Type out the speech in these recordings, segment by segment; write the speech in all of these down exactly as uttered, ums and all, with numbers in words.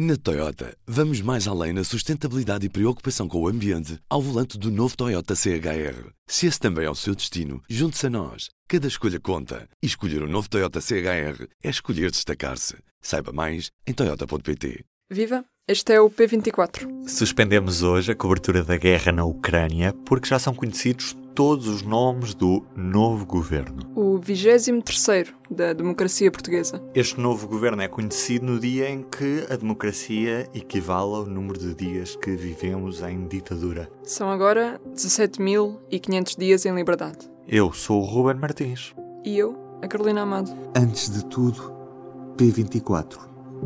Na Toyota, vamos mais além na sustentabilidade e preocupação com o ambiente ao volante do novo Toyota C H R. Se esse também é o seu destino, junte-se a nós. Cada escolha conta. E escolher o novo Toyota C H R é escolher destacar-se. Saiba mais em toyota ponto pt. Viva! Este é o P vinte e quatro. Suspendemos hoje a cobertura da guerra na Ucrânia porque já são conhecidos todos os nomes do novo governo. O vigésimo terceiro da democracia portuguesa. Este novo governo é conhecido no dia em que a democracia equivale ao número de dias que vivemos em ditadura. São agora dezassete mil e quinhentos dias em liberdade. Eu sou o Ruben Martins. E eu, a Carolina Amado. Antes de tudo, P vinte e quatro.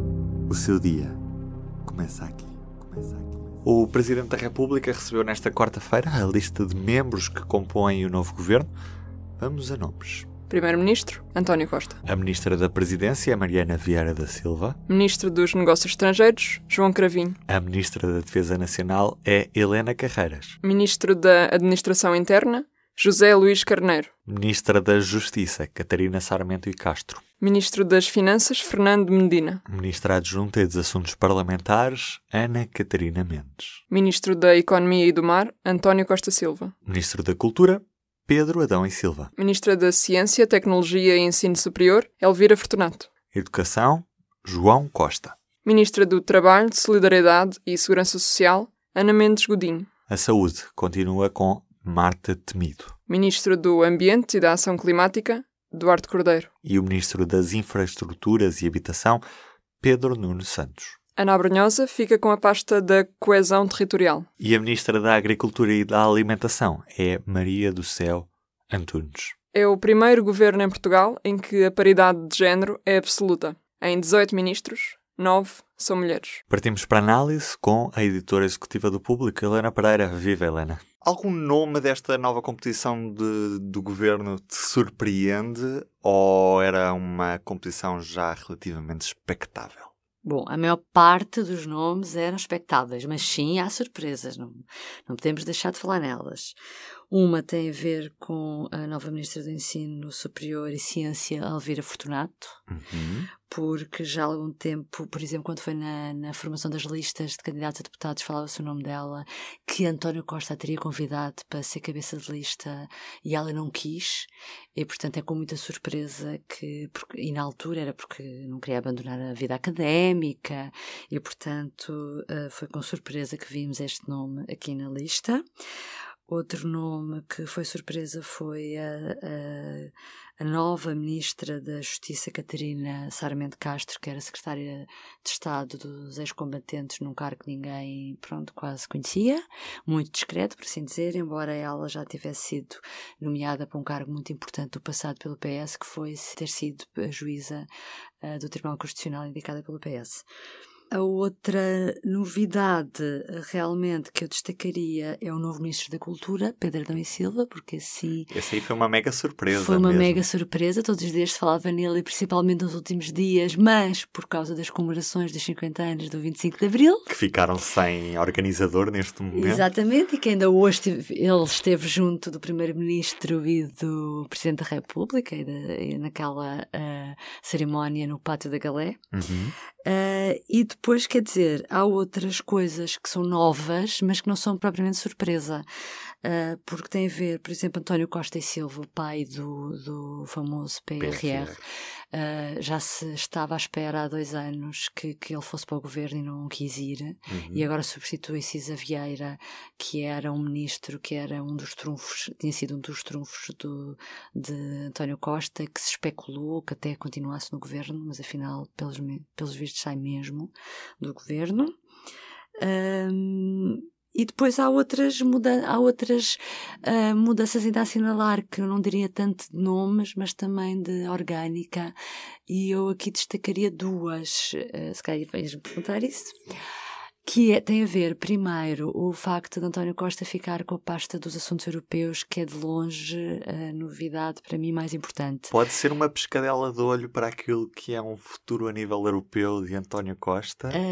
O seu dia começa aqui. Começa aqui. O Presidente da República recebeu nesta quarta-feira a lista de membros que compõem o novo governo. Vamos a nomes. Primeiro-Ministro, António Costa. A Ministra da Presidência, Mariana Vieira da Silva. Ministro dos Negócios Estrangeiros, João Cravinho. A Ministra da Defesa Nacional é Helena Carreiras. Ministro da Administração Interna, José Luís Carneiro. Ministra da Justiça, Catarina Sarmento e Castro. Ministro das Finanças, Fernando Medina. Ministra Adjunta e dos Assuntos Parlamentares, Ana Catarina Mendes. Ministro da Economia e do Mar, António Costa Silva. Ministro da Cultura, Pedro Adão e Silva. Ministra da Ciência, Tecnologia e Ensino Superior, Elvira Fortunato. Educação, João Costa. Ministra do Trabalho, Solidariedade e Segurança Social, Ana Mendes Godinho. A Saúde continua com Marta Temido. Ministro do Ambiente e da Ação Climática, Duarte Cordeiro. E o Ministro das Infraestruturas e Habitação, Pedro Nuno Santos. Ana Abrunhosa fica com a pasta da Coesão Territorial. E a Ministra da Agricultura e da Alimentação é Maria do Céu Antunes. É o primeiro governo em Portugal em que a paridade de género é absoluta. Em dezoito ministros, nove são mulheres. Partimos para a análise com a editora executiva do Público, Helena Pereira. Viva, Helena! Algum nome desta nova composição de, do governo te surpreende ou era uma composição já relativamente expectável? Bom, a maior parte dos nomes eram expectáveis, mas sim há surpresas, não, não podemos deixar de falar nelas. Uma tem a ver com a nova Ministra do Ensino Superior e Ciência, Elvira Fortunato, uhum. porque já há algum tempo, por exemplo, quando foi na, na formação das listas de candidatos a deputados, falava-se o nome dela, que António Costa a teria convidado para ser cabeça de lista e ela não quis, e portanto é com muita surpresa que, porque, e na altura era porque não queria abandonar a vida académica, e portanto foi com surpresa que vimos este nome aqui na lista. Outro nome que foi surpresa foi a, a, a nova Ministra da Justiça, Catarina Sarmento Castro, que era Secretária de Estado dos Ex-Combatentes, num cargo que ninguém, pronto, quase conhecia, muito discreto, por assim dizer, embora ela já tivesse sido nomeada para um cargo muito importante do passado pelo P S, que foi ter sido a juíza uh, do Tribunal Constitucional indicada pelo P S. A outra novidade realmente que eu destacaria é o novo Ministro da Cultura, Pedro Adão e Silva, porque assim... Esse aí foi uma mega surpresa. Foi uma mesmo. mega surpresa, todos os dias se falava nele, e principalmente nos últimos dias, mas por causa das comemorações dos cinquenta anos do vinte e cinco de Abril. Que ficaram sem organizador neste momento. Exatamente, e que ainda hoje esteve, ele esteve junto do Primeiro-Ministro e do Presidente da República, e, de, e naquela uh, cerimónia no Pátio da Galé. Uhum. Uh, e depois, quer dizer, há outras coisas que são novas, mas que não são propriamente surpresa, uh, porque tem a ver, por exemplo, António Costa e Silva, o pai do, do famoso P R R, uh, já se estava à espera há dois anos que, que ele fosse para o governo e não quis ir, uhum. e agora substitui Cisa Vieira, que era um ministro, que era um dos trunfos, tinha sido um dos trunfos do, de António Costa, que se especulou que até continuasse no governo, mas afinal, pelos, pelos vistos, sai mesmo do governo. Um, e depois há outras, muda há outras uh, mudanças ainda a assinalar, que eu não diria tanto de nomes, mas também de orgânica, e eu aqui destacaria duas, uh, se calhar vais-me perguntar isso, que é, tem a ver, primeiro, o facto de António Costa ficar com a pasta dos assuntos europeus, que é de longe a novidade para mim mais importante. Pode ser uma pescadela de olho para aquilo que é um futuro a nível europeu de António Costa? Uh,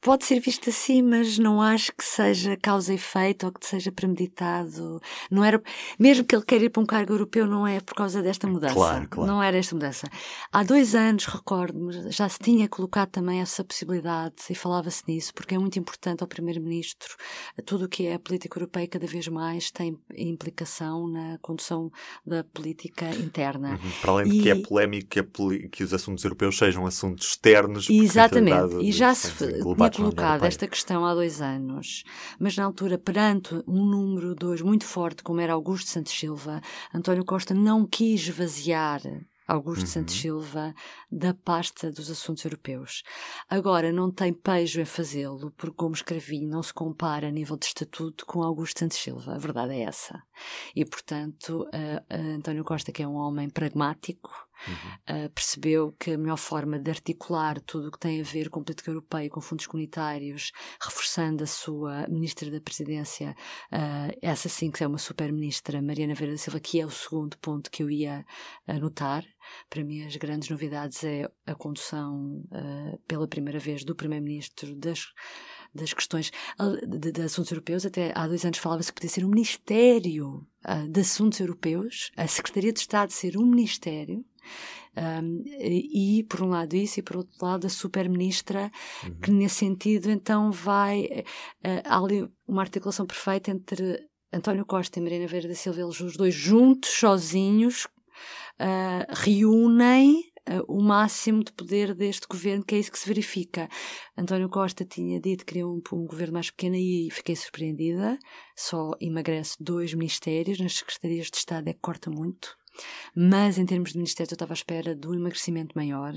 pode ser visto assim, mas não acho que seja causa e efeito ou que seja premeditado. Não era, mesmo que ele queira ir para um cargo europeu, não é por causa desta mudança. Claro, claro. Não era esta mudança. Há dois anos, recordo-me, já se tinha colocado também essa possibilidade e falava-se nisso, porque é muito importante ao Primeiro-Ministro. Tudo o que é a política europeia cada vez mais tem implicação na condução da política interna. Uhum. Para além de e... que é polémico que, poli... que os assuntos europeus sejam assuntos externos. Exatamente. E já se tinha colocado esta questão há dois anos. Mas na altura, perante um número dois muito forte, como era Augusto Santos Silva, António Costa não quis esvaziar Augusto uhum. Santos Silva da pasta dos assuntos europeus. Agora, não tem pejo em fazê-lo, porque, como escrevi, não se compara a nível de estatuto com Augusto Santos Silva. A verdade é essa. E, portanto, uh, uh, António Costa, que é um homem pragmático, uhum. uh, percebeu que a melhor forma de articular tudo o que tem a ver com política europeia, com fundos comunitários, reforçando a sua ministra da Presidência, uh, essa sim que é uma super-ministra, Mariana Vieira da Silva, que é o segundo ponto que eu ia anotar. Para mim, as grandes novidades é a condução uh, pela primeira vez do Primeiro-Ministro das, das questões de, de assuntos europeus. Até há dois anos falava-se que podia ser um Ministério uh, de Assuntos Europeus, a Secretaria de Estado ser um Ministério. Um, e, por um lado isso, e por outro lado a Super-Ministra, uhum. que nesse sentido então vai uh, há ali uma articulação perfeita entre António Costa e Mariana Vieira da Silva, eles os dois juntos, sozinhos, Uh, reúnem uh, o máximo de poder deste governo, que é isso que se verifica. António Costa tinha dito que queria um, um governo mais pequeno e fiquei surpreendida, só emagrece dois ministérios, nas secretarias de Estado é que corta muito, mas em termos de ministérios eu estava à espera de um emagrecimento maior,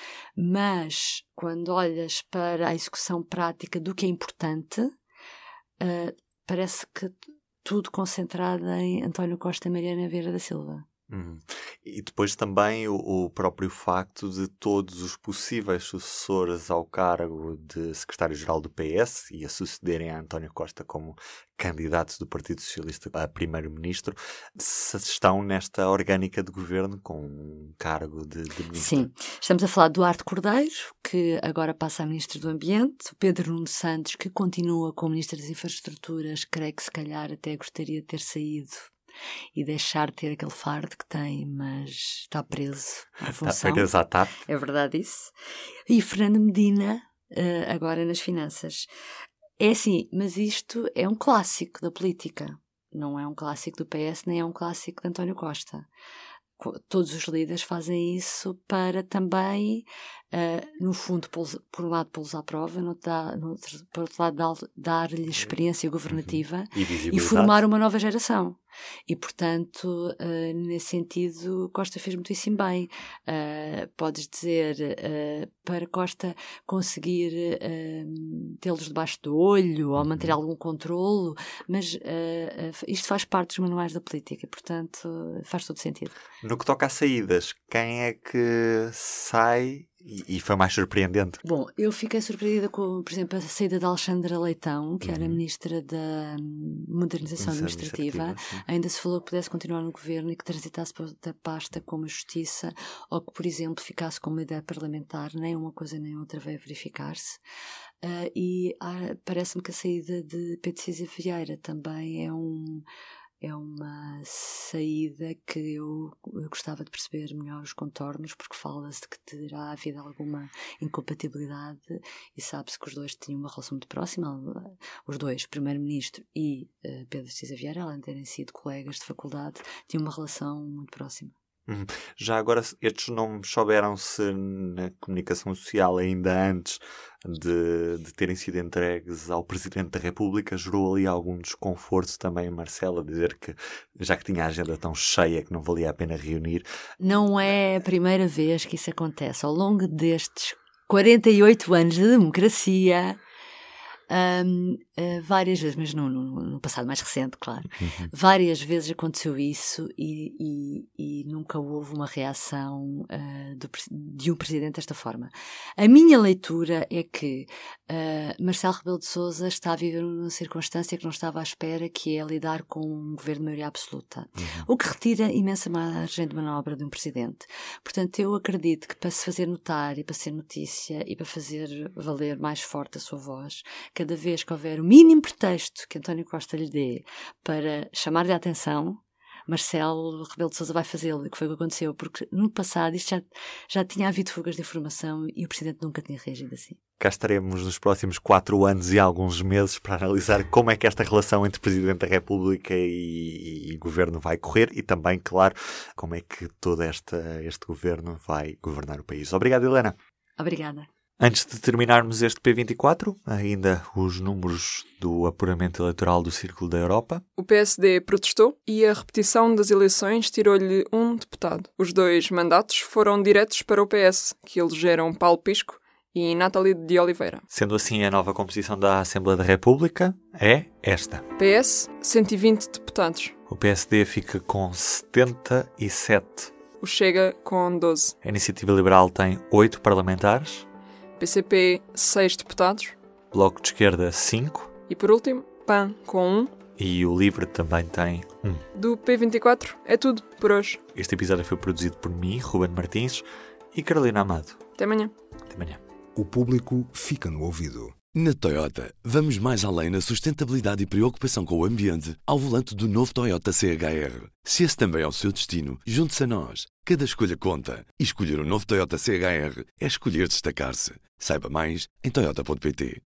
mas quando olhas para a execução prática do que é importante, uh, parece que tudo concentrado em António Costa e Mariana Vieira da Silva. Uhum. E depois também o, o próprio facto de todos os possíveis sucessores ao cargo de secretário-geral do P S e a sucederem a António Costa como candidatos do Partido Socialista a primeiro-ministro, se estão nesta orgânica de governo com um cargo de, de ministro. Sim, estamos a falar do Duarte Cordeiro, que agora passa a Ministro do Ambiente, o Pedro Nuno Santos, que continua como Ministro das Infraestruturas, creio que se calhar até gostaria de ter saído e deixar de ter aquele fardo que tem, mas está preso à função. Está preso à T A P. É verdade isso. E Fernando Medina, agora nas finanças. É assim, mas isto é um clássico da política. Não é um clássico do P S, nem é um clássico de António Costa. Todos os líderes fazem isso para também, uh, no fundo, por um lado, pô-los à prova, no outro, no outro, por outro lado, dar-lhe experiência governativa uhum. e, e formar uma nova geração. E, portanto, uh, nesse sentido, Costa fez muitíssimo bem. Uh, podes dizer, uh, para Costa conseguir uh, tê-los debaixo do olho ou manter algum controlo, mas uh, uh, isto faz parte dos manuais da política e, portanto, faz todo sentido. No que toca a saídas, quem é que sai e, e foi mais surpreendente? Bom, eu fiquei surpreendida com, por exemplo, a saída de Alexandra Leitão, que uhum. era Ministra da Modernização Administrativa. administrativa Ainda se falou que pudesse continuar no governo e que transitasse para pasta como a Justiça, ou que, por exemplo, ficasse como uma ideia parlamentar. Nem uma coisa nem outra veio verificar-se. Uh, e ah, parece-me que a saída de Pedro Cisa Vieira também é um... É uma saída que eu, eu gostava de perceber melhor os contornos, porque fala-se de que terá havido alguma incompatibilidade e sabe-se que os dois tinham uma relação muito próxima. Os dois, Primeiro-Ministro e uh, Pedro Cisa Vieira, além de terem sido colegas de faculdade, tinham uma relação muito próxima. Uhum. Já agora, estes nomes souberam-se na comunicação social ainda antes de, de terem sido entregues ao Presidente da República. Gerou ali algum desconforto também a Marcelo, a dizer que, já que tinha a agenda tão cheia que não valia a pena reunir. Não é a primeira vez que isso acontece. Ao longo destes quarenta e oito anos de democracia, Um, uh, várias vezes, mas no, no, no passado mais recente, claro. Uhum. Várias vezes aconteceu isso e, e, e nunca houve uma reação uh, do, de um presidente desta forma. A minha leitura é que uh, Marcelo Rebelo de Sousa está a viver uma circunstância que não estava à espera, que é lidar com um governo de maioria absoluta. Uhum. O que retira imensa margem de manobra de um presidente. Portanto, eu acredito que para se fazer notar e para ser notícia e para fazer valer mais forte a sua voz, cada vez que houver o mínimo pretexto que António Costa lhe dê para chamar-lhe a atenção, Marcelo Rebelo de Sousa vai fazê-lo, que foi o que aconteceu, porque no passado isto já, já tinha havido fugas de informação e o Presidente nunca tinha reagido assim. Cá estaremos nos próximos quatro anos e alguns meses para analisar como é que esta relação entre Presidente da República e, e Governo vai correr e também, claro, como é que todo esta, este Governo vai governar o país. Obrigado, Helena. Obrigada. Antes de terminarmos este P vinte e quatro, ainda os números do apuramento eleitoral do Círculo da Europa. O P S D protestou e a repetição das eleições tirou-lhe um deputado. Os dois mandatos foram diretos para o P S, que elegeram Paulo Pisco e Nathalie de Oliveira. Sendo assim, a nova composição da Assembleia da República é esta. P S, cento e vinte deputados. O P S D fica com setenta e sete. O Chega com doze. A Iniciativa Liberal tem oito parlamentares. P C P, seis deputados. Bloco de Esquerda, cinco. E por último, P A N com um. E o Livre também tem um. Do P vinte e quatro é tudo por hoje. Este episódio foi produzido por mim, Ruben Martins e Carolina Amado. Até amanhã. Até amanhã. O público fica no ouvido. Na Toyota, vamos mais além na sustentabilidade e preocupação com o ambiente ao volante do novo Toyota C H R. Se esse também é o seu destino, junte-se a nós. Cada escolha conta. E escolher o novo Toyota C H R é escolher destacar-se. Saiba mais em toyota ponto pt.